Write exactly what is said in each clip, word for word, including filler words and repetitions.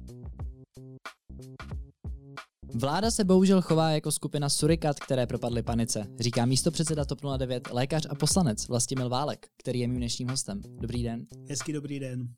Vláda se bohužel chová jako skupina surikat, které propadly panice, říká místopředseda TOP nula devět, lékař a poslanec Vlastimil Válek, který je mým dnešním hostem. Dobrý den. Hezký dobrý den.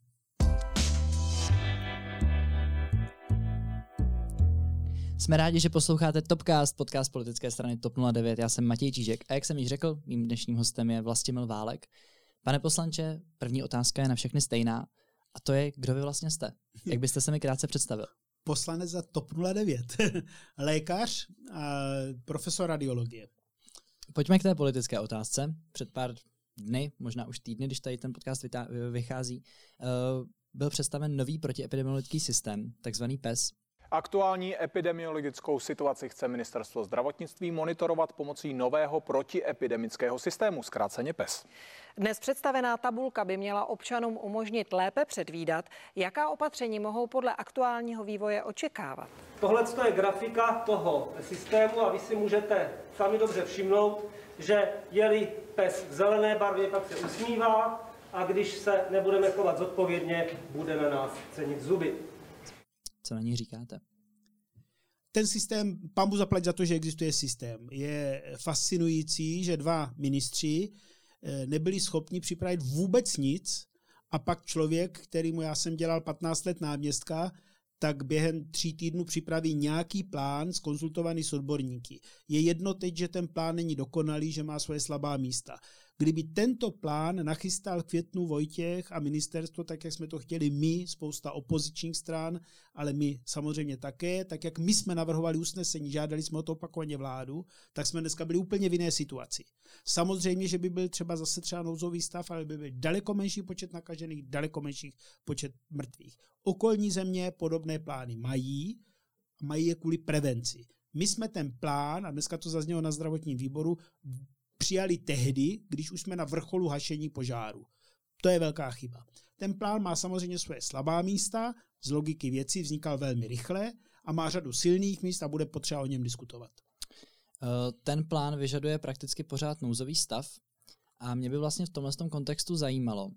Jsme rádi, že posloucháte Topcast, podcast politické strany TOP nula devět. Já jsem Matěj Čížek a jak jsem již řekl, mým dnešním hostem je Vlastimil Válek. Pane poslanče, první otázka je na všechny stejná a to je, kdo vy vlastně jste? Jak byste se mi krátce představil? Poslanec za TOP nula devět, lékař a profesor radiologie. Pojďme k té politické otázce. Před pár dny, možná už týdny, když tady ten podcast vychází, byl představen nový protiepidemiologický systém, takzvaný P E S. Aktuální epidemiologickou situaci chce ministerstvo zdravotnictví monitorovat pomocí nového protiepidemického systému, zkráceně P E S. Dnes představená tabulka by měla občanům umožnit lépe předvídat, jaká opatření mohou podle aktuálního vývoje očekávat. Tohle je grafika toho systému a vy si můžete sami dobře všimnout, že je-li P E S v zelené barvě, pak se usmívá a když se nebudeme chovat zodpovědně, bude na nás cenit zuby. Co na ní říkáte? Ten systém, pambu zaplať za to, že existuje systém. Je fascinující, že dva ministři nebyli schopni připravit vůbec nic a pak člověk, kterýmu já jsem dělal patnáct let náměstka, tak během tří týdnů připraví nějaký plán zkonzultovaný s odborníky. Je jedno teď, že ten plán není dokonalý, že má svoje slabá místa. Kdyby tento plán nachystal v květnu Vojtěch a ministerstvo, tak jak jsme to chtěli my, spousta opozičních stran, ale my samozřejmě také, tak jak my jsme navrhovali usnesení, žádali jsme o to opakovaně vládu, tak jsme dneska byli úplně v jiné situaci. Samozřejmě, že by byl třeba zase třeba nouzový stav, ale by byl daleko menší počet nakažených, daleko menší počet mrtvých. Okolní země podobné plány mají, mají je kvůli prevenci. My jsme ten plán, a dneska to zaznělo na zdravotním výboru, přijali tehdy, když už jsme na vrcholu hašení požáru. To je velká chyba. Ten plán má samozřejmě svoje slabá místa, z logiky věci vznikal velmi rychle a má řadu silných míst a bude potřeba o něm diskutovat. Ten plán vyžaduje prakticky pořád nouzový stav a mě by vlastně v tomhle kontextu zajímalo,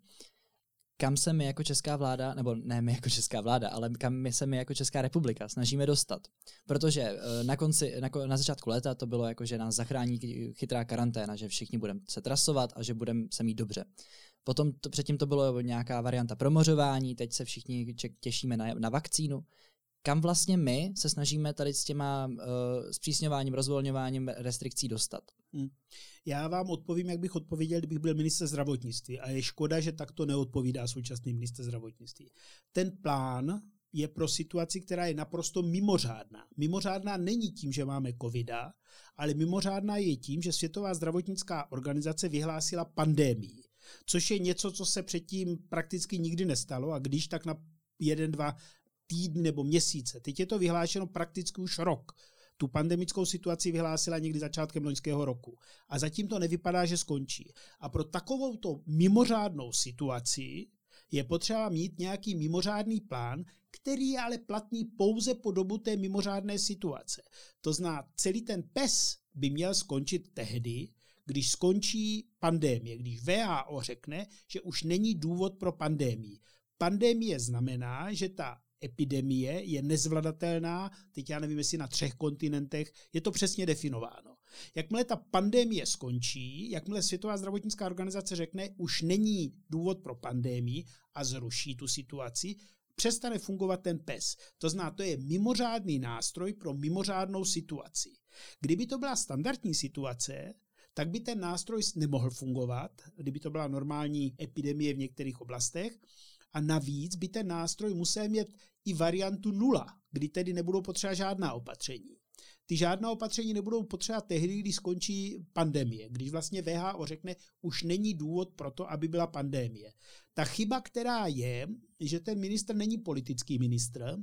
kam se my jako česká vláda, nebo ne my jako česká vláda, ale kam my se my jako Česká republika snažíme dostat. Protože na konci, na, na začátku léta to bylo jako, že nás zachrání chytrá karanténa, že všichni budeme se trasovat a že budeme se mít dobře. Potom to, předtím to bylo nějaká varianta promořování, teď se všichni těšíme na, na vakcínu. Kam vlastně my se snažíme tady s těma uh, zpřísňováním, rozvolňováním restrikcí dostat? Hmm. Já vám odpovím, jak bych odpověděl, kdybych byl ministr zdravotnictví. A je škoda, že takto neodpovídá současný ministr zdravotnictví. Ten plán je pro situaci, která je naprosto mimořádná. Mimořádná není tím, že máme covida, ale mimořádná je tím, že Světová zdravotnická organizace vyhlásila pandemii, což je něco, co se předtím prakticky nikdy nestalo a když tak na jeden, dva týdny nebo měsíce. Teď je to vyhlášeno prakticky už rok. Tu pandemickou situaci vyhlásila někdy začátkem loňského roku. A zatím to nevypadá, že skončí. A pro takovouto mimořádnou situaci je potřeba mít nějaký mimořádný plán, který je ale platný pouze po dobu té mimořádné situace. To znamená, celý ten P E S by měl skončit tehdy, když skončí pandemie, když W H O řekne, že už není důvod pro pandemii. Pandemie znamená, že ta epidemie je nezvladatelná, teď já nevím, jestli na třech kontinentech, je to přesně definováno. Jakmile ta pandemie skončí, jakmile Světová zdravotnická organizace řekne, už není důvod pro pandemii a zruší tu situaci, přestane fungovat ten P E S. To znamená, to je mimořádný nástroj pro mimořádnou situaci. Kdyby to byla standardní situace, tak by ten nástroj nemohl fungovat, kdyby to byla normální epidemie v některých oblastech, a navíc by ten nástroj musel mít i variantu nula, kdy tedy nebudou potřeba žádná opatření. Ty žádná opatření nebudou potřeba tehdy, když skončí pandemie, když vlastně W H O řekne, už není důvod pro to, aby byla pandemie. Ta chyba, která je, že ten ministr není politický ministr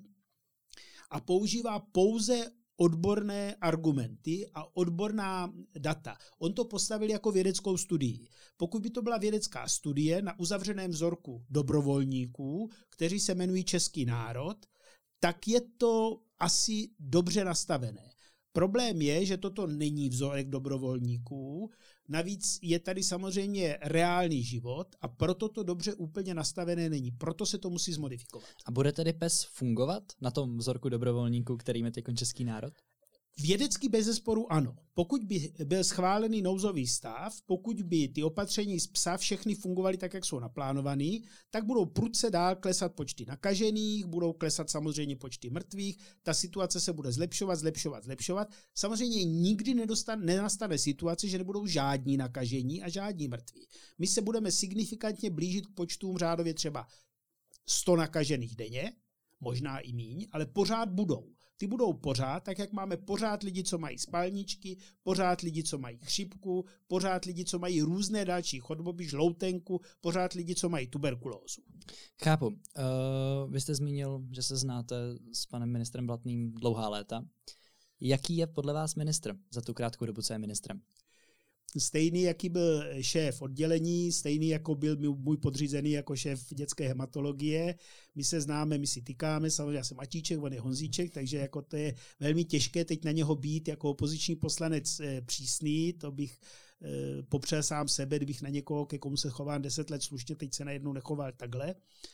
a používá pouze odborné argumenty a odborná data. On to postavil jako vědeckou studii. Pokud by to byla vědecká studie na uzavřeném vzorku dobrovolníků, kteří se jmenují Český národ, tak je to asi dobře nastavené. Problém je, že toto není vzorek dobrovolníků. Navíc je tady samozřejmě reálný život a proto to dobře úplně nastavené není. Proto se to musí zmodifikovat. A bude tedy PES fungovat na tom vzorku dobrovolníků, kterým je teď český národ? Vědecky bezesporu ano. Pokud by byl schválený nouzový stav, pokud by ty opatření z psa všechny fungovaly tak, jak jsou naplánovaný, tak budou prudce dál klesat počty nakažených, budou klesat samozřejmě počty mrtvých, ta situace se bude zlepšovat, zlepšovat, zlepšovat. Samozřejmě nikdy nedostane, nenastane situace, že nebudou žádní nakažení a žádní mrtví. My se budeme signifikantně blížit k počtům řádově třeba sto nakažených denně, možná i míň, ale pořád budou. Ty budou pořád, tak jak máme pořád lidi, co mají spalničky, pořád lidi, co mají chřipku, pořád lidi, co mají různé další choroby, žloutenku, pořád lidi, co mají tuberkulózu. Chápu. Uh, vy jste zmínil, že se znáte s panem ministrem Blatným dlouhá léta. Jaký je podle vás ministr za tu krátkou dobu, co je ministrem? Stejný, jaký byl šéf oddělení, stejný, jako byl můj podřízený jako šéf dětské hematologie. My se známe, my si tykáme, samozřejmě já jsem Matíček, on je Honzíček, takže jako to je velmi těžké teď na něho být jako opoziční poslanec eh, přísný, to bych eh, popřel sám sebe, kdybych na někoho, ke komu se chovám deset let slušně, teď se najednou nechoval takhle.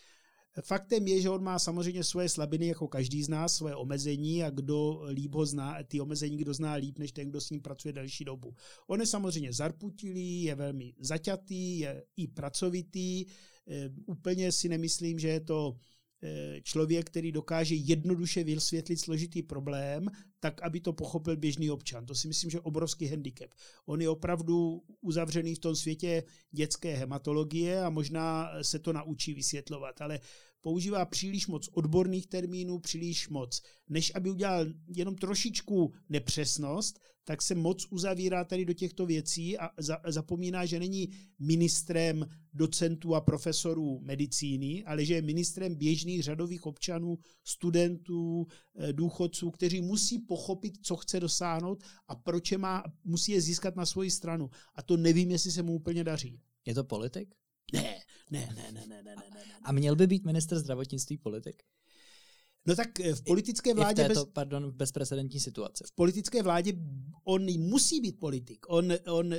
Faktem je, že on má samozřejmě svoje slabiny, jako každý z nás, svoje omezení a kdo líp ho zná, ty omezení kdo zná líp, než ten, kdo s ním pracuje delší dobu. On je samozřejmě zarputilý, je velmi zaťatý, je i pracovitý. E, úplně si nemyslím, že je to e, člověk, který dokáže jednoduše vysvětlit složitý problém, tak, aby to pochopil běžný občan. To si myslím, že je obrovský handicap. On je opravdu uzavřený v tom světě dětské hematologie a možná se to naučí vysvětlovat, ale používá příliš moc odborných termínů, příliš moc. Než aby udělal jenom trošičku nepřesnost, tak se moc uzavírá tady do těchto věcí a za, zapomíná, že není ministrem docentů a profesorů medicíny, ale že je ministrem běžných řadových občanů, studentů, důchodců, kteří musí pochopit, co chce dosáhnout a proč je má, musí je získat na svoji stranu. A to nevím, jestli se mu úplně daří. Je to politik? Ne, ne, ne, ne, ne, ne, ne. A měl by být ministr zdravotnictví politik? No tak v politické vládě... I v této, bez, pardon, v bezprecedentní situaci. V politické vládě on musí být politik. On, on,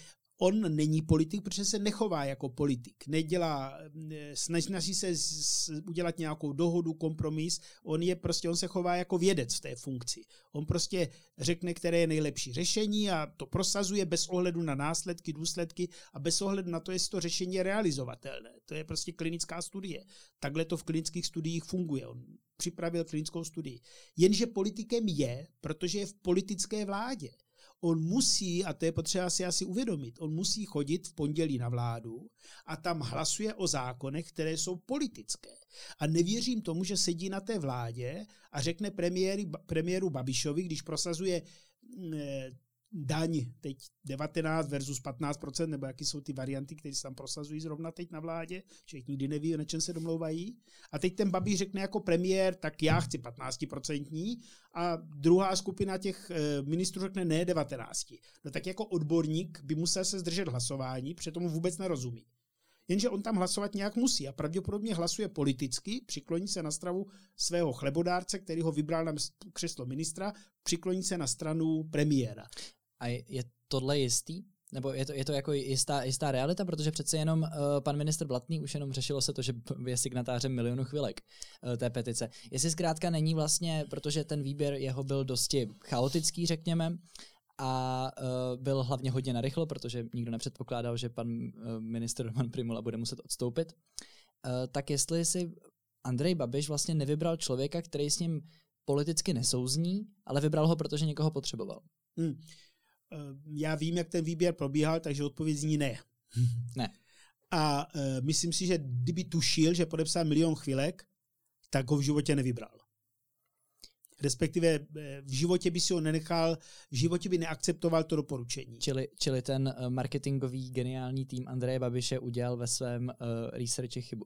on není politik, protože se nechová jako politik. Nedělá, snaží se z, udělat nějakou dohodu, kompromis. On je prostě, on se chová jako vědec v té funkci. On prostě řekne, které je nejlepší řešení a to prosazuje bez ohledu na následky, důsledky a bez ohledu na to, jestli to řešení je realizovatelné. To je prostě klinická studie. Takhle to v klinických studiích funguje. On připravil klinickou studii. Jenže politikem je, protože je v politické vládě. On musí, a to je potřeba si asi uvědomit, on musí chodit v pondělí na vládu a tam hlasuje o zákonech, které jsou politické. A nevěřím tomu, že sedí na té vládě a řekne premiéry, premiéru Babišovi, když prosazuje eh, daň teď devatenáct versus patnáct procent, nebo jaký jsou ty varianty, které se tam prosazují zrovna teď na vládě, člověk nikdy neví, na čem se domlouvají. A teď ten Babiš řekne jako premiér, tak já chci patnáct procent a druhá skupina těch ministrů řekne ne devatenáct. No tak jako odborník by musel se zdržet hlasování, protože tomu vůbec nerozumí. Jenže on tam hlasovat nějak musí a pravděpodobně hlasuje politicky, přikloní se na stranu svého chlebodárce, který ho vybral na křeslo ministra, přikloní se na stranu premiéra. A je tohle jistý? Nebo je to, je to jako jistá, jistá realita? Protože přece jenom uh, pan ministr Blatný už jenom řešilo se to, že je signatářem milionu chvilek uh, té petice. Jestli zkrátka není vlastně, protože ten výběr jeho byl dosti chaotický, řekněme, a uh, byl hlavně hodně narychlo, protože nikdo nepředpokládal, že pan uh, ministr Roman Prymula bude muset odstoupit, uh, tak jestli si Andrej Babiš vlastně nevybral člověka, který s ním politicky nesouzní, ale vybral ho, protože někoho potřeboval. Hmm. Já vím, jak ten výběr probíhal, takže odpověď zní ne. Ne. A uh, myslím si, že kdyby tušil, že podepsal milion chvilek, tak ho v životě nevybral. Respektive v životě by si ho nenechal, v životě by neakceptoval to doporučení. Čili, čili ten marketingový geniální tým Andreje Babiše udělal ve svém uh, researchi chybu.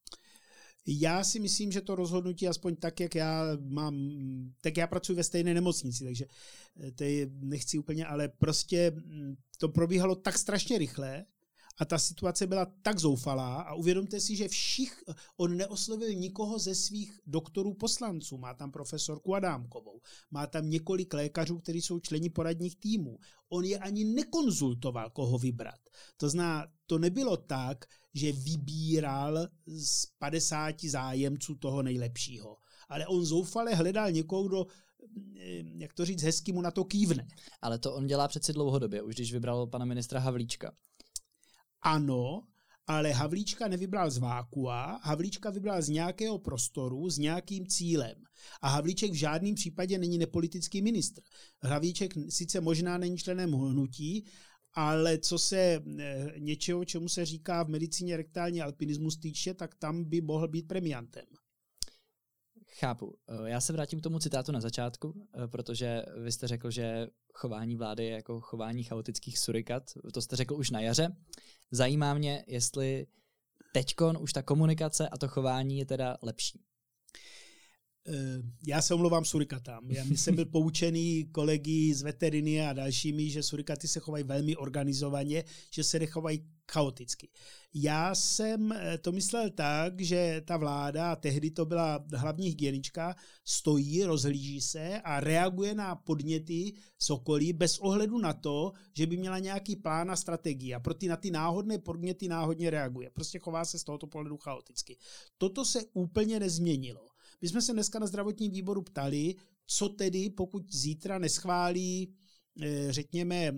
Já si myslím, že to rozhodnutí, aspoň tak, jak já mám, tak já pracuji ve stejné nemocnici, takže to je, nechci úplně, ale prostě to probíhalo tak strašně rychle A ta situace byla tak zoufalá a uvědomte si, že všich, on neoslovil nikoho ze svých doktorů poslanců. Má tam profesorku Adámkovou, má tam několik lékařů, kteří jsou členi poradních týmů. On je ani nekonzultoval, koho vybrat. To znamená, to nebylo tak, že vybíral z padesáti zájemců toho nejlepšího. Ale on zoufale hledal někoho, kdo, jak to říct, hezky mu na to kývne. Ale to on dělá přeci dlouhodobě, už když vybral pana ministra Havlíčka. Ano, ale Havlíčka nevybral z vákua, Havlíčka vybral z nějakého prostoru s nějakým cílem. A Havlíček v žádném případě není nepolitický ministr. Havlíček sice možná není členem hnutí, ale co se něčeho, čemu se říká v medicíně rektální alpinismus týče, tak tam by mohl být premiantem. Chápu. Já se vrátím k tomu citátu na začátku, protože vy jste řekl, že chování vlády je jako chování chaotických surikat. To jste řekl už na jaře. Zajímá mě, jestli teďkon už ta komunikace a to chování je teda lepší. Já se omlouvám surikatám. Já jsem byl poučený kolegy z veteriny a dalšími, že surikaty se chovají velmi organizovaně, že se nechovají chaoticky. Já jsem to myslel tak, že ta vláda, a tehdy to byla hlavní hygienička, stojí, rozhlíží se a reaguje na podněty z okolí bez ohledu na to, že by měla nějaký plán a strategii. A pro ty, na ty náhodné podněty náhodně reaguje. Prostě chová se z tohoto pohledu chaoticky. Toto se úplně nezměnilo. My jsme se dneska na zdravotním výboru ptali, co tedy, pokud zítra neschválí, řekněme,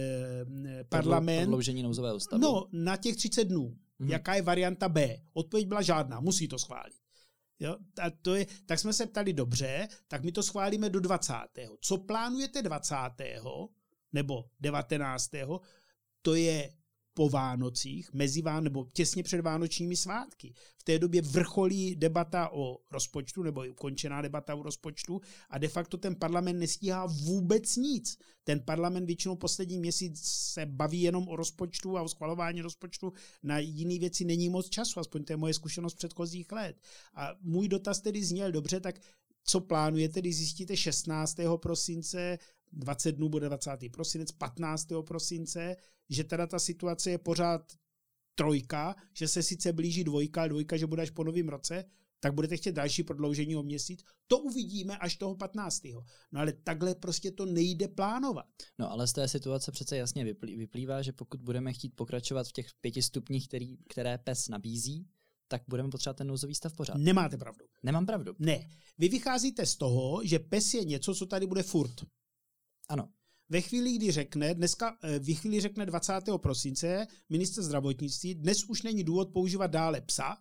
parlament. Prodloužení nouzového stavu. No, na těch třicet dnů. Hmm. Jaká je varianta B? Odpověď byla žádná, musí to schválit. Jo? A to je, tak jsme se ptali, dobře, tak my to schválíme do dvacátého Co plánujete dvacátého nebo devatenáctého To je po Vánocích, mezi Ván, nebo těsně před vánočními svátky. V té době vrcholí debata o rozpočtu, nebo je ukončená debata o rozpočtu a de facto ten parlament nestíhá vůbec nic. Ten parlament většinou poslední měsíc se baví jenom o rozpočtu a o schvalování rozpočtu. Na jiné věci není moc času, aspoň to je moje zkušenost předchozích let. A můj dotaz tedy zněl, dobře, tak co plánujete, když zjistíte šestnáctého prosince, dvacet dnů bude dvacátého prosince, patnáctého prosince, že teda ta situace je pořád trojka, že se sice blíží dvojka, ale dvojka, že bude až po novém roce, tak budete chtět další prodloužení o měsíc. To uvidíme až toho patnáctého No ale takhle prostě to nejde plánovat. No ale z té situace přece jasně vyplývá, že pokud budeme chtít pokračovat v těch pěti stupních, který, které P E S nabízí, tak budeme potřebovat ten nouzový stav pořád. Nemáte pravdu. Nemám pravdu. Ne. Vy vycházíte z toho, že P E S je něco, co tady bude furt. Ano. Ve chvíli, kdy řekne, dneska, ve chvíli řekne dvacátého prosince ministr zdravotnictví, dnes už není důvod používat dále psa.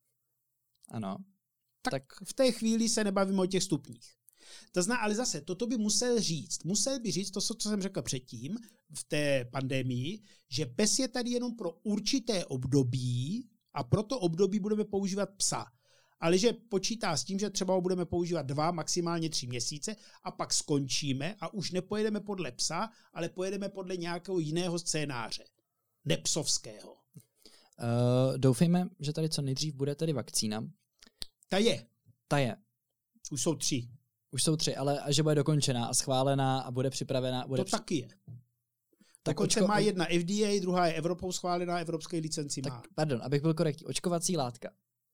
Ano. Tak, tak v té chvíli se nebavíme o těch stupních. To znamená, ale zase, toto by musel říct. Musel by říct to, co jsem řekl předtím, v té pandemii, že P E S je tady jenom pro určité období a pro to období budeme používat psa. Ale že počítá s tím, že třeba ho budeme používat dva, maximálně tři měsíce a pak skončíme a už nepojedeme podle psa, ale pojedeme podle nějakého jiného scénáře. Nepsovského. Uh, doufejme, že tady co nejdřív bude tedy vakcína. Ta je. Ta je. Už jsou tři. Už jsou tři, ale že bude dokončená a schválená a bude připravená. Bude to při... taky je. Tak Dokonce očko... má jedna F D A, druhá je Evropou schválená, evropské licenci tak, má. Pardon, abych byl korektní. Očkovací látka.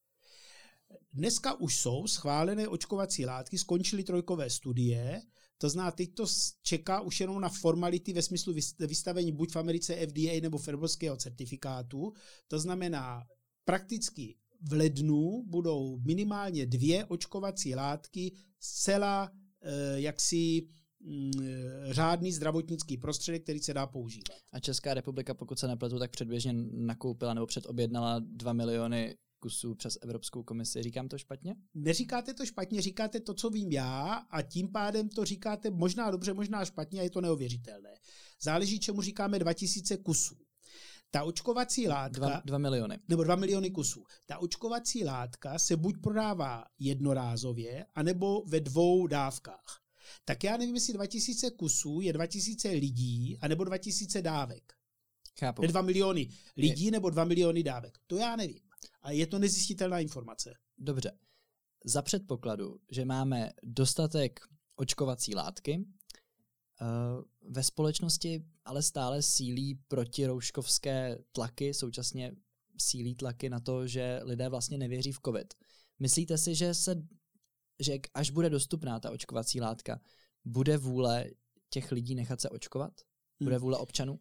Dneska už jsou schválené očkovací látky, skončily trojkové studie, to znamená, teď to čeká už jenom na formality ve smyslu vystavení buď v Americe F D A nebo v evropského certifikátu. To znamená, prakticky v lednu budou minimálně dvě očkovací látky zcela eh, jaksi mm, řádný zdravotnický prostředek, který se dá používat. A Česká republika, pokud se nepletu, tak předběžně nakoupila nebo předobjednala dva miliony kusů přes Evropskou komisi. Říkám to špatně? Neříkáte to špatně, říkáte to, co vím já a tím pádem to říkáte možná dobře, možná špatně a je to neuvěřitelné. Záleží, čemu říkáme dva tisíce kusů. Ta očkovací látka... Dva, dva miliony. Nebo dva miliony kusů. Ta očkovací látka se buď prodává jednorázově, anebo ve dvou dávkách. Tak já nevím, jestli dva tisíce kusů je dva tisíce lidí, anebo dva tisíce dávek. Chápu. Ne dva miliony lidí, je... nebo dva miliony dávek. To já nevím. A je to nezjistitelná informace. Dobře. Za předpokladu, že máme dostatek očkovací látky, Ve společnosti ale stále sílí protirouškovské tlaky, současně sílí tlaky na to, že lidé vlastně nevěří v covid. Myslíte si, že, se, že až bude dostupná ta očkovací látka, bude vůle těch lidí nechat se očkovat? Bude vůle občanů?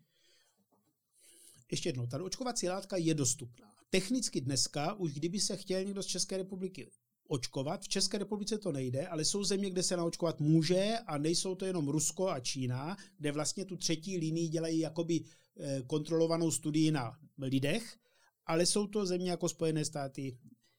Ještě jednou, ta očkovací látka je dostupná. Technicky dneska, už kdyby se chtěl někdo z České republiky očkovat, v České republice to nejde, ale jsou země, kde se naočkovat může a nejsou to jenom Rusko a Čína, kde vlastně tu třetí linii dělají jakoby kontrolovanou studii na lidech, ale jsou to země jako Spojené státy.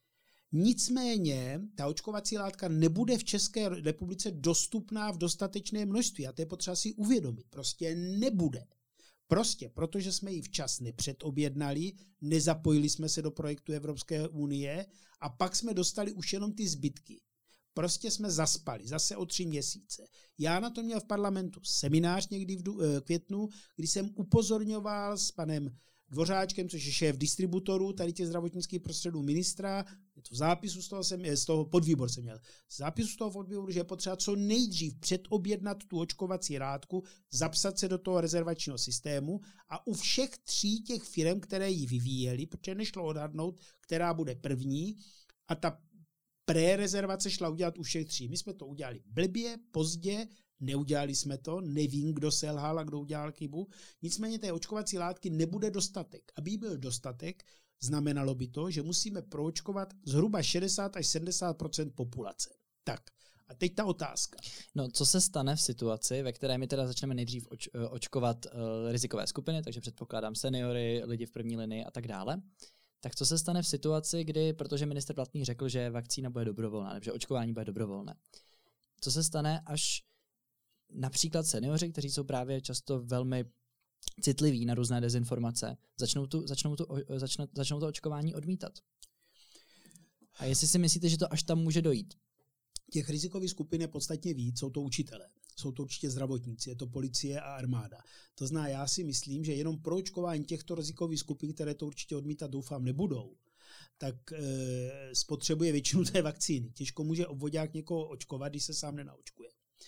Nicméně ta očkovací látka nebude v České republice dostupná v dostatečné množství a to je potřeba si uvědomit. Prostě nebude. Prostě, protože jsme ji včas nepředobjednali, nezapojili jsme se do projektu Evropské unie a pak jsme dostali už jenom ty zbytky. Prostě jsme zaspali, zase o tři měsíce. Já na to měl v parlamentu seminář někdy v květnu, kdy jsem upozorňoval s panem Dvořáčkem, což je šéf distributorů, tady těch zdravotnických prostředků ministra, je to v zápisu z toho, jsem, z toho podvýbor jsem měl, z zápisu z toho podvýboru, že je potřeba co nejdřív předobjednat tu očkovací látku, zapsat se do toho rezervačního systému a u všech tří těch firm, které ji vyvíjeli, protože nešlo odhadnout, která bude první a ta prérezervace šla udělat u všech tří. My jsme to udělali blbě, pozdě, neudělali jsme to, nevím, kdo selhal a kdo udělal chybu. Nicméně té očkovací látky nebude dostatek. Aby byl dostatek, znamenalo by to, že musíme proočkovat zhruba šedesát až sedmdesát procent populace. Tak, a teď ta otázka. No, co se stane v situaci, ve které my teda začneme nejdřív oč, očkovat uh, rizikové skupiny, takže předpokládám seniory, lidi v první linii a tak dále. Tak co se stane v situaci, kdy, protože ministr Blatný řekl, že vakcína bude dobrovolná, nebo že očkování bude dobrovolné. Co se stane, až například seniori, kteří jsou právě často velmi citliví na různé dezinformace, začnou, tu, začnou, tu, začnou, začnou to očkování odmítat? A jestli si myslíte, že to až tam může dojít? Těch rizikových skupin je podstatně víc, jsou to učitelé, jsou to určitě zdravotníci, je to policie a armáda. To znamená, já si myslím, že jenom pro očkování těchto rizikových skupin, které to určitě odmítat doufám nebudou, tak e, spotřebuje většinu té vakcíny. Těžko může obvodák někoho očkovat, když se sám nenaočkuje.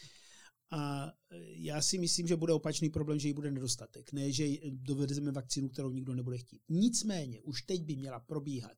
A já si myslím, že bude opačný problém, že jí bude nedostatek. Ne, že dovedeme vakcínu, kterou nikdo nebude chtít. Nicméně, už teď by měla probíhat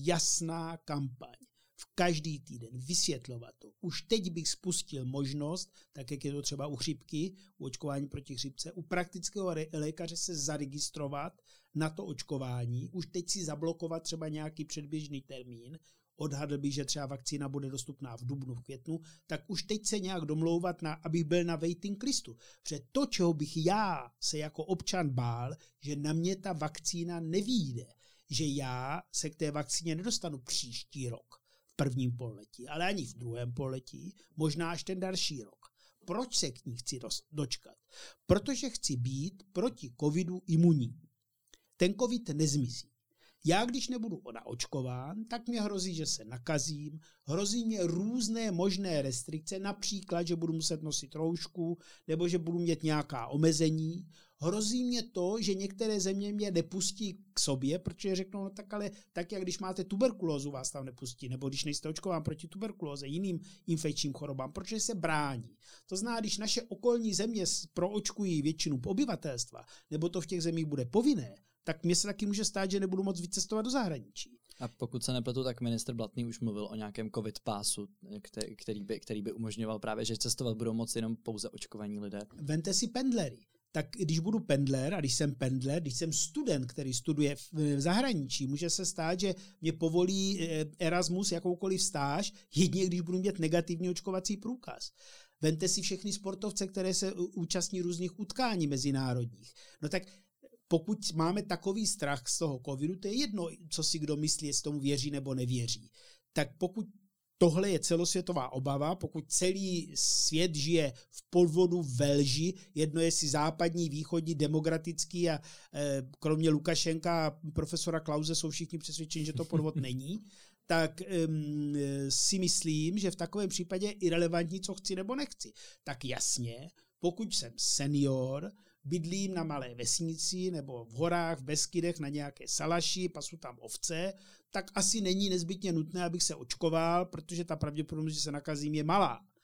jasná kampaň. V každý týden vysvětlovat to. Už teď bych spustil možnost, tak jak je to třeba u chřipky, u očkování proti chřipce, u praktického lékaře se zaregistrovat na to očkování, už teď si zablokovat třeba nějaký předběžný termín, odhadl bych, že třeba vakcína bude dostupná v dubnu, v květnu, tak už teď se nějak domlouvat, na, abych byl na waiting listu. Protože to, čeho bych já se jako občan bál, že na mě ta vakcína nevyjde, že já se k té vakcíně nedostanu příští rok, v prvním pololetí, ale ani v druhém pololetí, možná až ten další rok. Proč se k ní chci dočkat? Protože chci být proti covidu imunní. Ten covid nezmizí. Já, když nebudu naočkován, tak mě hrozí, že se nakazím, hrozí mě různé možné restrikce, například, že budu muset nosit roušku, nebo že budu mít nějaká omezení. Hrozí mě to, že některé země mě nepustí k sobě, protože řeknou, no tak ale tak, jak když máte tuberkulózu, vás tam nepustí, nebo když nejste očkován proti tuberkulóze, jiným infekčním chorobám, protože se brání. To znamená, když naše okolní země proočkují většinu obyvatelstva, nebo to v těch zemích bude povinné, tak mně se taky může stát, že nebudu moc vycestovat do zahraničí. A pokud se nepletu, tak ministr Blatný už mluvil o nějakém covid pásu, který by, který by umožňoval právě, že cestovat budou moci jenom pouze očkovaní lidé. Vemte si pendlery. Tak když budu pendler a když jsem pendler, když jsem student, který studuje v zahraničí, může se stát, že mě povolí Erasmus jakoukoliv stáž, jedině když budu mít negativní očkovací průkaz. Vemte si všechny sportovce, které se účastní různých utkání mezinárodních. No tak pokud máme takový strach z toho covidu, to je jedno, co si kdo myslí, jestli tomu věří nebo nevěří. Tak pokud tohle je celosvětová obava, pokud celý svět žije v podvodu, ve lži, jedno jestli západní, východní, demokratický a e, kromě Lukašenka a profesora Klause jsou všichni přesvědčeni, že to podvod není, tak um, si myslím, že v takovém případě je irelevantní, co chci nebo nechci. Tak jasně, pokud jsem senior, bydlím na malé vesnici nebo v horách, v Beskydech na nějaké salaši, pasu tam ovce, tak asi není nezbytně nutné, abych se očkoval, protože ta pravděpodobnost, že se nakazím, je malá.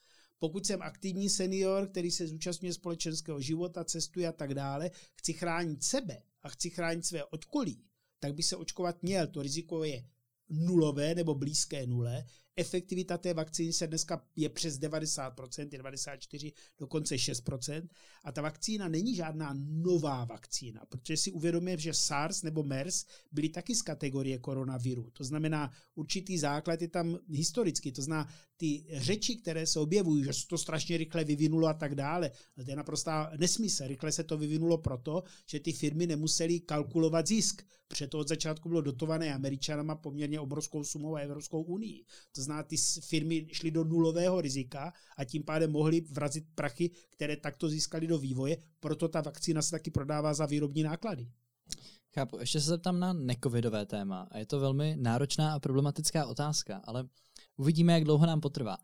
Pokud jsem aktivní senior, který se zúčastňuje společenského života, cestuje a tak dále, chci chránit sebe a chci chránit své okolí, tak by se očkovat měl. To riziko je nulové nebo blízké nule. Efektivita té vakcíny se dneska je přes devadesát procent, je devadesát čtyři procent, dokonce šest procent. A ta vakcína není žádná nová vakcína, protože si uvědomujeme, že SARS nebo MERS byly taky z kategorie koronaviru. To znamená, určitý základ je tam historicky. To znamená, ty řeči, které se objevují, že se to strašně rychle vyvinulo a tak dále, ale to je naprostá nesmysl. Rychle se to vyvinulo proto, že ty firmy nemusely kalkulovat zisk. Protože to od začátku bylo dotované Američanama poměrně obrovskou sumou a Evropskou unii. To znamená, ty firmy šly do nulového rizika a tím pádem mohly vrazit prachy, které takto získali do vývoje, proto ta vakcína se taky prodává za výrobní náklady. Chápu, ještě se zeptám na necovidové téma a je to velmi náročná a problematická otázka, ale uvidíme, jak dlouho nám potrvá.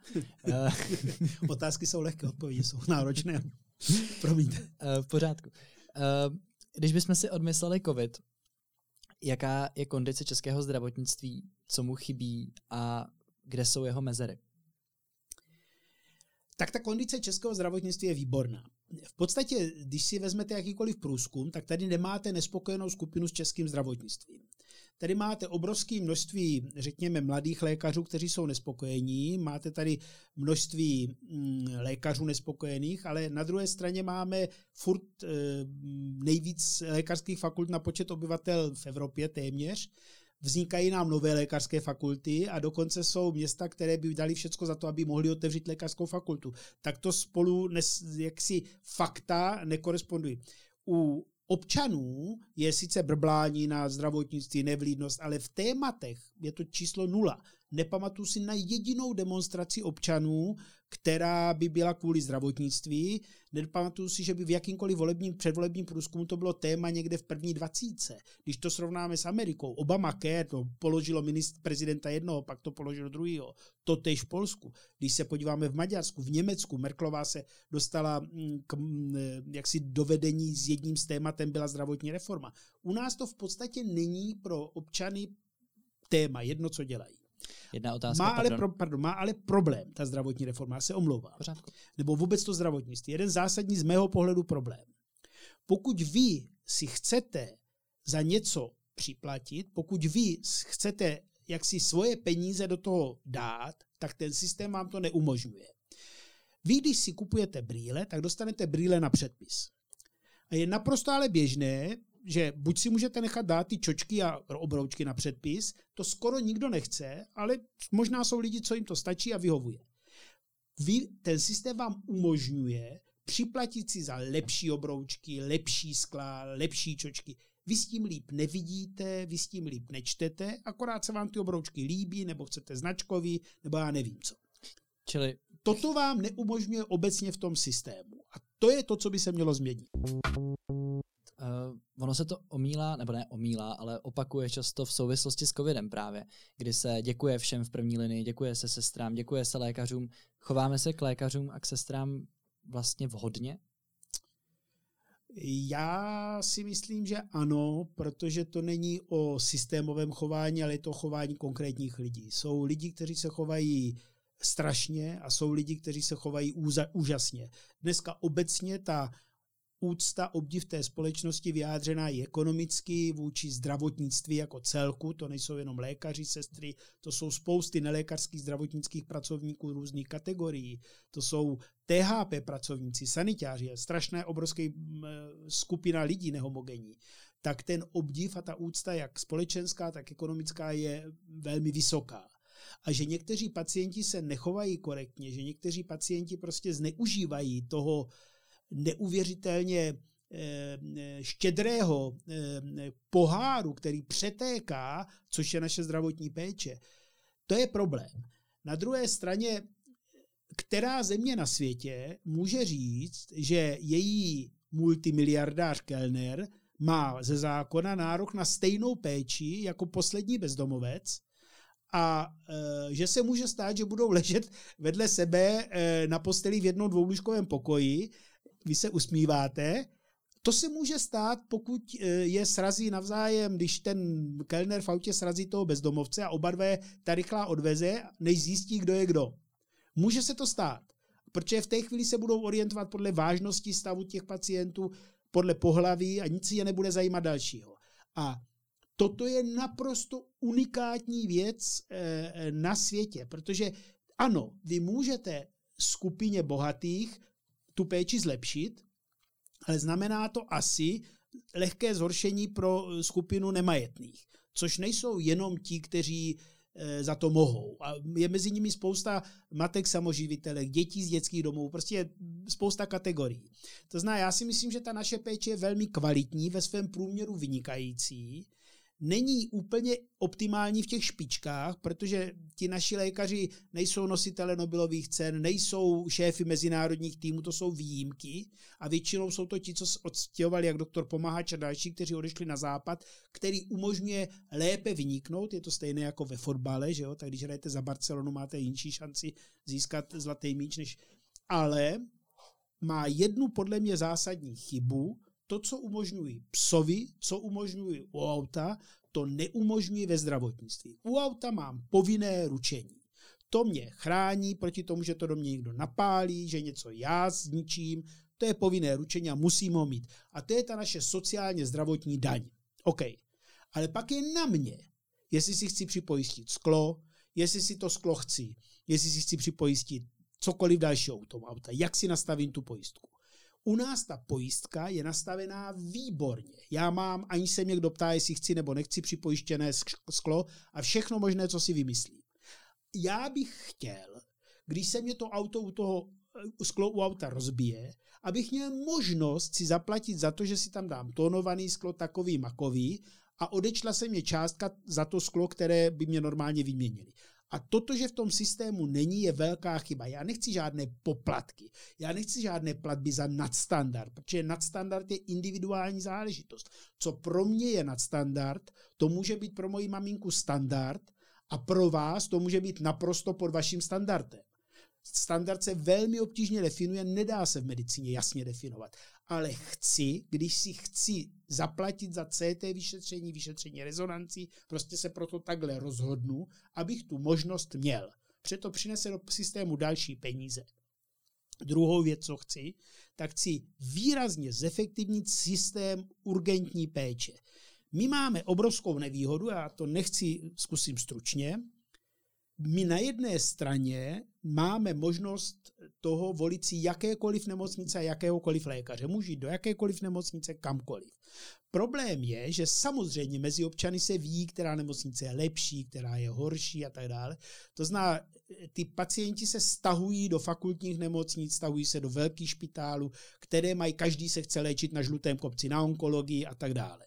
Otázky jsou lehké, odpovědi jsou náročné. Promiňte. V pořádku. Když bychom si odmysleli covid, jaká je kondice českého zdravotnictví, co mu chybí a kde jsou jeho mezery? Tak ta kondice českého zdravotnictví je výborná. V podstatě, když si vezmete jakýkoliv průzkum, tak tady nemáte nespokojenou skupinu s českým zdravotnictvím. Tady máte obrovské množství, řekněme, mladých lékařů, kteří jsou nespokojení, máte tady množství mm, lékařů nespokojených, ale na druhé straně máme furt e, nejvíc lékařských fakult na počet obyvatel v Evropě téměř. Vznikají nám nové lékařské fakulty a dokonce jsou města, které by dali všecko za to, aby mohli otevřít lékařskou fakultu. Tak to spolu nes, jaksi fakta nekorespondují. U občanů je sice brblání na zdravotnictví, nevlídnost, ale v tématech je to číslo nula. Nepamatuju si na jedinou demonstraci občanů, která by byla kvůli zdravotnictví. Nepamatuju si, že by v jakýmkoliv volebním, předvolebním průzkumu to bylo téma někde v první dvacítce. Když to srovnáme s Amerikou, Obamacare to položilo ministr prezidenta jednoho, pak to položilo druhého. Totéž v Polsku. Když se podíváme v Maďarsku, v Německu, Merkelová se dostala k jaksi dovedení s jedním z tématem byla zdravotní reforma. U nás to v podstatě není pro občany téma, jedno, co dělají. Jedna otázka, má, ale pro, pardon, má ale problém ta zdravotní reforma, já se omlouvám. Pořádku. Nebo vůbec to zdravotnictví. Jeden zásadní z mého pohledu problém. Pokud vy si chcete za něco připlatit, pokud vy chcete jak si svoje peníze do toho dát, tak ten systém vám to neumožňuje. Vy, když si kupujete brýle, tak dostanete brýle na předpis. A je naprosto ale běžné, že buď si můžete nechat dát ty čočky a obroučky na předpis, to skoro nikdo nechce, ale možná jsou lidi, co jim to stačí a vyhovuje. Vy, ten systém vám umožňuje připlatit si za lepší obroučky, lepší skla, lepší čočky. Vy s tím líp nevidíte, vy s tím líp nečtete, akorát se vám ty obroučky líbí, nebo chcete značkový, nebo já nevím co. Čili toto vám neumožňuje obecně v tom systému. A to je to, co by se mělo změnit. Uh, ono se to omílá, nebo ne omílá, ale opakuje často v souvislosti s covidem právě, kdy se děkuje všem v první linii, děkuje se sestrám, děkuje se lékařům. Chováme se k lékařům a k sestrám vlastně vhodně? Já si myslím, že ano, protože to není o systémovém chování, ale je to o chování konkrétních lidí. Jsou lidi, kteří se chovají strašně a jsou lidi, kteří se chovají úžasně. Dneska obecně ta úcta, obdiv té společnosti vyjádřená i ekonomicky vůči zdravotnictví jako celku, to nejsou jenom lékaři, sestry, to jsou spousty nelékařských zdravotnických pracovníků různých kategorií, to jsou T H P pracovníci, sanitáři, strašná obrovská skupina lidí nehomogenní. Tak ten obdiv a ta úcta, jak společenská, tak ekonomická, je velmi vysoká. A že někteří pacienti se nechovají korektně, že někteří pacienti prostě zneužívají toho neuvěřitelně štědrého poháru, který přetéká, což je naše zdravotní péče. To je problém. Na druhé straně, která země na světě může říct, že její multimiliardář Kellner má ze zákona nárok na stejnou péči jako poslední bezdomovec a e, že se může stát, že budou ležet vedle sebe e, na posteli v jednom dvoulůžkovém pokoji. Vy se usmíváte. To se může stát, pokud je srazí navzájem, když ten kelner v autě srazí toho bezdomovce a oba dvě ta rychlá odveze, než zjistí, kdo je kdo. Může se to stát. protože v té chvíli se budou orientovat podle vážnosti stavu těch pacientů, podle pohlaví a nic je nebude zajímat dalšího. A toto je naprosto unikátní věc e, na světě, protože ano, vy můžete skupině bohatých tu péči zlepšit, ale znamená to asi lehké zhoršení pro skupinu nemajetných, což nejsou jenom ti, kteří e, za to mohou. A je mezi nimi spousta matek samoživitelek, dětí z dětských domů, prostě spousta kategorií. To znamená, já si myslím, že ta naše péče je velmi kvalitní, ve svém průměru vynikající, není úplně optimální v těch špičkách, protože ti naši lékaři nejsou nositele Nobelových cen, nejsou šéfy mezinárodních týmů, to jsou výjimky a většinou jsou to ti, co odstěhovali, jak doktor Pomahač a další, kteří odešli na západ, který umožňuje lépe vyniknout, je to stejné jako ve fotbale, že jo? Tak když hrajete za Barcelonu, máte jinší šanci získat zlatý míč, než... ale má jednu podle mě zásadní chybu. To, co umožňují psovi, co umožňují u auta, to neumožňují ve zdravotnictví. U auta mám povinné ručení. To mě chrání proti tomu, že to do mě někdo napálí, že něco já zničím. To je povinné ručení a musím ho mít. A to je ta naše sociálně zdravotní daň. OK. Ale pak je na mě, jestli si chci připojistit sklo, jestli si to sklo chci, jestli si chci připojistit cokoliv dalšího u toho auta, jak si nastavím tu pojistku. U nás ta pojistka je nastavená výborně. Já mám, aniž se mě kdo ptá, jestli chci nebo nechci, připojištěné sklo a všechno možné, co si vymyslím. Já bych chtěl, když se mě to auto u toho sklo u auta rozbije, abych měl možnost si zaplatit za to, že si tam dám tónovaný sklo takový makový a odečla se mě částka za to sklo, které by mě normálně vyměnili. A toto, že v tom systému není, je velká chyba. Já nechci žádné poplatky, já nechci žádné platby za nadstandard, protože nadstandard je individuální záležitost. Co pro mě je nadstandard, to může být pro moji maminku standard a pro vás to může být naprosto pod vaším standardem. Standard se velmi obtížně definuje, nedá se v medicíně jasně definovat. Ale chci, když si chci zaplatit za C T vyšetření, vyšetření rezonancí, prostě se proto takhle rozhodnu, abych tu možnost měl. Proto přinese do systému další peníze. Druhou věc, co chci, tak chci výrazně zefektivnit systém urgentní péče. My máme obrovskou nevýhodu, já to nechci, zkusím stručně. My na jedné straně máme možnost toho volit si jakékoliv nemocnice a jakéhokoliv lékaře. Můžu jít do jakékoliv nemocnice, kamkoliv. Problém je, že samozřejmě mezi občany se ví, která nemocnice je lepší, která je horší a tak dále. To znamená, ty pacienti se stahují do fakultních nemocnic, stahují se do velkých špitálů, které mají, každý se chce léčit na žlutém kopci, na onkologii a tak dále.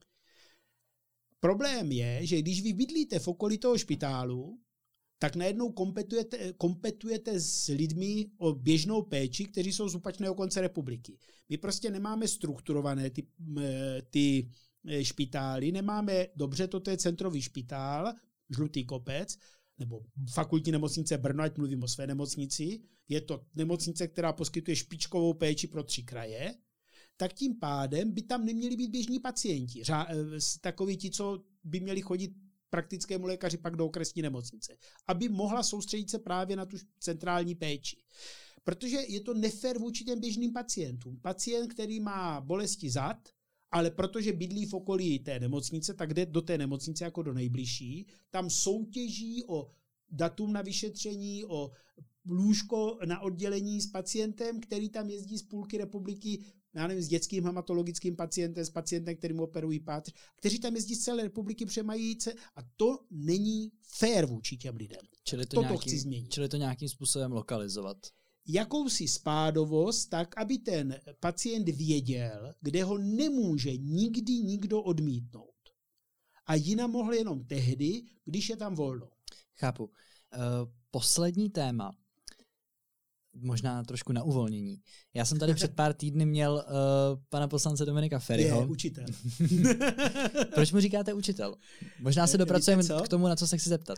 Problém je, že když vy bydlíte v okolí toho špitálu, tak najednou kompetujete, kompetujete s lidmi o běžnou péči, kteří jsou z opačného konce republiky. My prostě nemáme strukturované ty, ty špitály, nemáme, dobře, toto je centrový špitál, žlutý kopec, nebo fakultní nemocnice Brno, ať mluvím o své nemocnici, je to nemocnice, která poskytuje špičkovou péči pro tři kraje, tak tím pádem by tam neměli být běžní pacienti, takoví ti, co by měli chodit praktickému lékaři pak do okresní nemocnice, aby mohla soustředit se právě na tu centrální péči. Protože je to nefér vůči těm běžným pacientům. Pacient, který má bolesti zad, ale protože bydlí v okolí té nemocnice, tak jde do té nemocnice jako do nejbližší, tam soutěží o datum na vyšetření, o lůžko na oddělení s pacientem, který tam jezdí z půlky republiky, já nevím, s dětským hematologickým pacientem, s pacientem, kterým operují pátř, kteří tam jezdí z celé republiky, přemají a to není fér vůči těm lidem. Čili to, Toto nějaký, chci změnit. Čili to nějakým způsobem lokalizovat. Jakousi spádovost, tak aby ten pacient věděl, kde ho nemůže nikdy nikdo odmítnout. A jinam mohl jenom tehdy, když je tam volno. Chápu. Uh, poslední téma, možná trošku na uvolnění. Já jsem tady před pár týdny měl uh, pana poslance Dominika Feriho. Je učitel. Proč mu říkáte učitel? Možná se dopracujeme k tomu, na co se chci zeptat.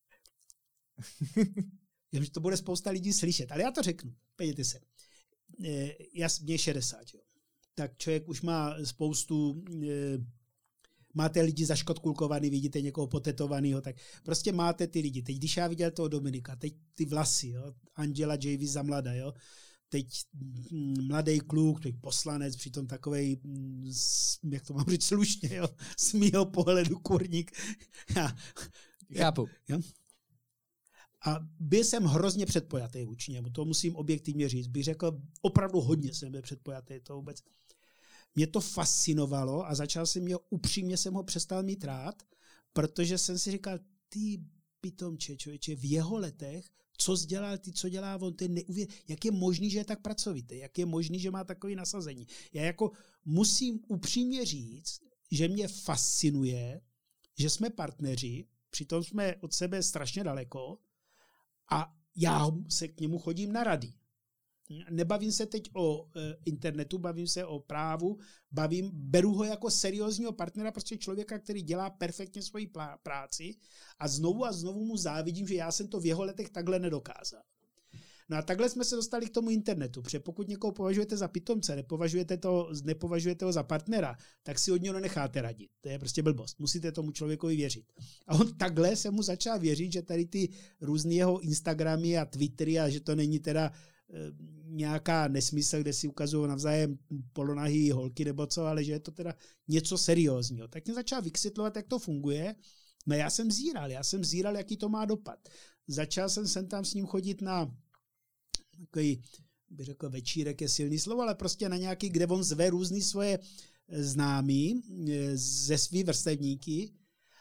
Vím, že to bude spousta lidí slyšet, ale já to řeknu. Pojďte se. Já, mě je šedesát, jo. Tak člověk už má spoustu e, máte lidi zaškotkulkovaný, vidíte někoho potetovanýho, tak prostě máte ty lidi. Teď, když já viděl toho Dominika, teď ty vlasy, jo, Angela Davis za mladá, jo, teď mladý kluk, teď poslanec, přitom takovej, jak to mám říct slušně, jo, z mýho pohledu kurník. Já, Chápu. Jo? A byl jsem hrozně předpojatý vůči němu, to musím objektivně říct. Bych řekl, opravdu hodně jsem byl předpojatý, to vůbec. Mě to fascinovalo a začal jsem mě, upřímně jsem ho přestal mít rád, protože jsem si říkal, ty pitomče, člověče, v jeho letech, co dělal ty, co dělá on, ty neuvěř... jak je možný, že je tak pracovitý, jak je možný, že má takový nasazení. Já jako musím upřímně říct, že mě fascinuje, že jsme partneři, přitom jsme od sebe strašně daleko a já se k němu chodím na rady. Nebavím se teď o e, internetu, bavím se o právu, bavím, beru ho jako seriózního partnera, prostě člověka, který dělá perfektně svoji plá, práci a znovu a znovu mu závidím, že já jsem to v jeho letech takhle nedokázal. No a takhle jsme se dostali k tomu internetu, protože pokud někoho považujete za pitomce, nepovažujete, to, nepovažujete ho za partnera, tak si od něho necháte radit. To je prostě blbost. Musíte tomu člověkovi věřit. A on takhle se mu začal věřit, že tady ty různý jeho Instagramy a Twittery a že to není teda nějaká nesmysl, kde si ukazují navzájem polonahý holky nebo co, ale že je to teda něco seriózního. Tak mě začal vysvětlovat, jak to funguje. No já jsem zíral, já jsem zíral, jaký to má dopad. Začal jsem sem tam s ním chodit na takový, bych řekl, večírek je silný slovo, ale prostě na nějaký, kde on zve různý svoje známí ze svý vrstevníky.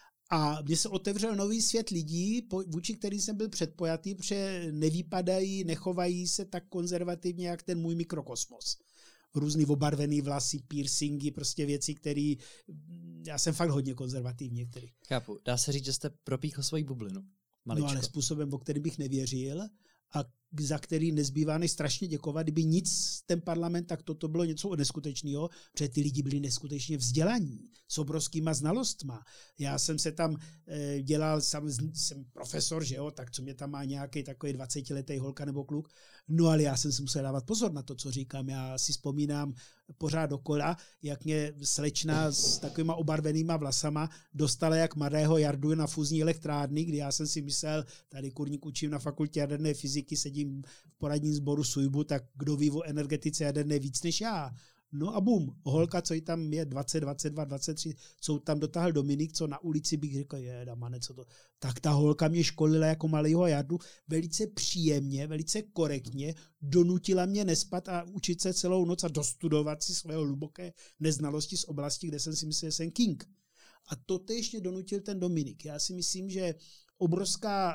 A mně se otevřel nový svět lidí, vůči kterým jsem byl předpojatý, protože nevypadají, nechovají se tak konzervativně, jak ten můj mikrokosmos. Různý obarvený vlasy, piercingy, prostě věci, které... Já jsem fakt hodně konzervativní některý. Chápu. Dá se říct, že jste propíchl svoji bublinu. Maličko. No ale způsobem, o kterým bych nevěřil a za který nezbývá než strašně děkovat. Kdyby nic ten parlament, tak toto bylo něco neskutečného, protože ty lidi byli neskutečně vzdělaní, s obrovskýma znalostma. Já jsem se tam e, dělal, sam, jsem profesor, že jo, tak co mě tam má nějaký takový dvacetiletý holka nebo kluk, no ale já jsem si musel dávat pozor na to, co říkám. Já si vzpomínám pořád dokola, jak mě slečna s takovýma obarvenýma vlasama dostala jak Marého Jardu na fúzní elektrárny, kdy já jsem si myslel, tady kurník učím na fakultě jaderné fyziky, sedím v poradním sboru SUJBu, tak kdo ví o energetice jaderné víc než já. No a bum, holka, co jí tam je, dvacet, dvacet dva, dvacet tři, co tam dotáhl Dominik, co na ulici bych řekl, je, damane, co to. Tak ta holka mě školila jako malýho Jardu, velice příjemně, velice korektně, donutila mě nespat a učit se celou noc a dostudovat si svého hluboké neznalosti z oblasti, kde jsem si myslel, že jsem king. A to též mě donutil ten Dominik. Já si myslím, že obrovská,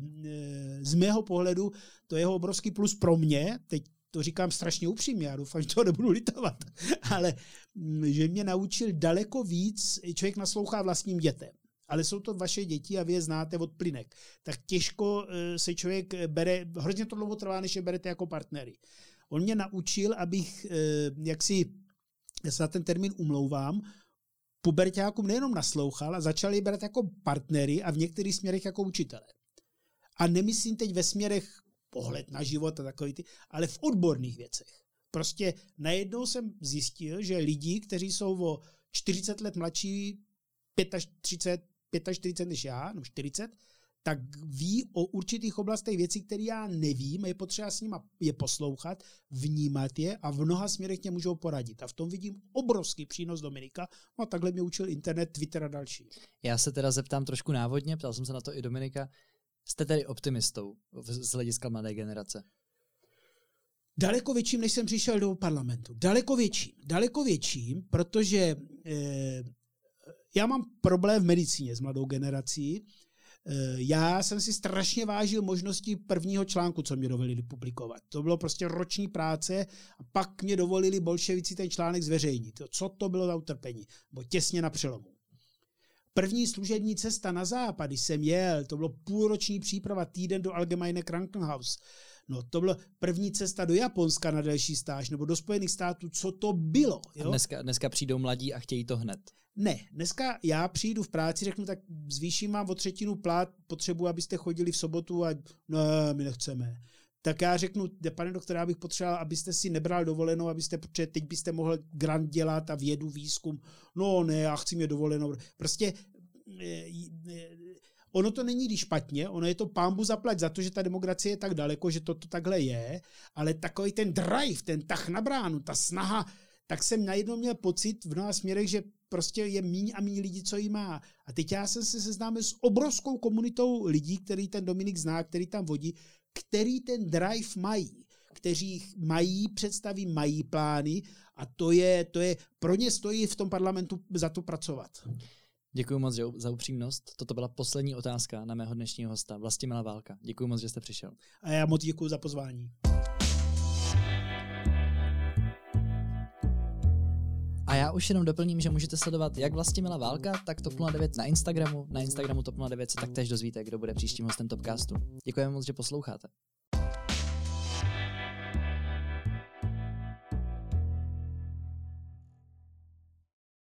z mého pohledu, to je jeho obrovský plus pro mě, teď to říkám strašně upřímně, já doufám, že toho nebudu litovat, ale že mě naučil daleko víc, člověk naslouchá vlastním dětem, ale jsou to vaše děti a vy je znáte od plynek, tak těžko se člověk bere, hrozně to dlouho trvá, než je berete jako partnery. On mě naučil, abych, jak si, já se na ten termín umlouvám, puberťákům nejenom naslouchal a začal je brát jako partnery a v některých směrech jako učitele. A nemyslím teď ve směrech pohled na život a takový ty, ale v odborných věcech. Prostě najednou jsem zjistil, že lidi, kteří jsou o čtyřicet let mladší, třicet pět, čtyřicet pět než já, nebo čtyřicet, tak ví o určitých oblastech věcí, které já nevím, a je potřeba s nima je poslouchat, vnímat je a v mnoha směrech mě můžou poradit. A v tom vidím obrovský přínos Dominika. No a takhle mě učil internet, Twitter a další. Já se teda zeptám trošku návodně, ptal jsem se na to i Dominika. Jste tedy optimistou z hlediska mladé generace? Daleko větším, než jsem přišel do parlamentu. Daleko větším. Daleko větším, protože eh, já mám problém v medicíně s mladou generací. Já jsem si strašně vážil možnosti prvního článku, co mě dovolili publikovat. To bylo prostě roční práce a pak mě dovolili bolševici ten článek zveřejnit. Co to bylo za utrpení? Bo těsně na přelomu. První služební cesta na západ, když jsem jel, to bylo půlroční příprava, týden do Allgemeine Krankenhaus. No, to bylo první cesta do Japonska na další stáž, nebo do Spojených států, co to bylo. Jo? A dneska, dneska přijdou mladí a chtějí to hned. Ne, dneska já přijdu v práci, řeknu, tak zvýším vám o třetinu plat, potřebuji, abyste chodili v sobotu a no, my nechceme. tak já řeknu, pane doktore, já bych potřeboval, abyste si nebral dovolenou, abyste, protože teď byste mohl grant dělat a vědu, výzkum. No ne, já chci mě dovolenou. Prostě ono to není když špatně, ono je to pánbu zaplať za to, že ta demokracie je tak daleko, že to, to takhle je, ale takový ten drive, ten tah na bránu, ta snaha, tak jsem najednou měl pocit v mnoha směrech, že prostě je míň a míň lidí, co jí má. A teď já jsem se seznámil s obrovskou komunitou lidí, který ten Dominik zná, který tam vodí, který ten drive mají, kteří mají představy, mají plány a to je, to je, pro ně stojí v tom parlamentu za to pracovat. Děkuji moc za upřímnost. Toto byla poslední otázka na mého dnešního hosta, Vlastimila Válka. Děkuji moc, že jste přišel. A já moc děkuji za pozvání. A já už jenom doplním, že můžete sledovat jak Vlastimila Válka, tak TOP nula devět na Instagramu. Na Instagramu TOP nula devět se taktéž dozvíte, kdo bude příštím hostem Topcastu. Děkujeme moc, že posloucháte.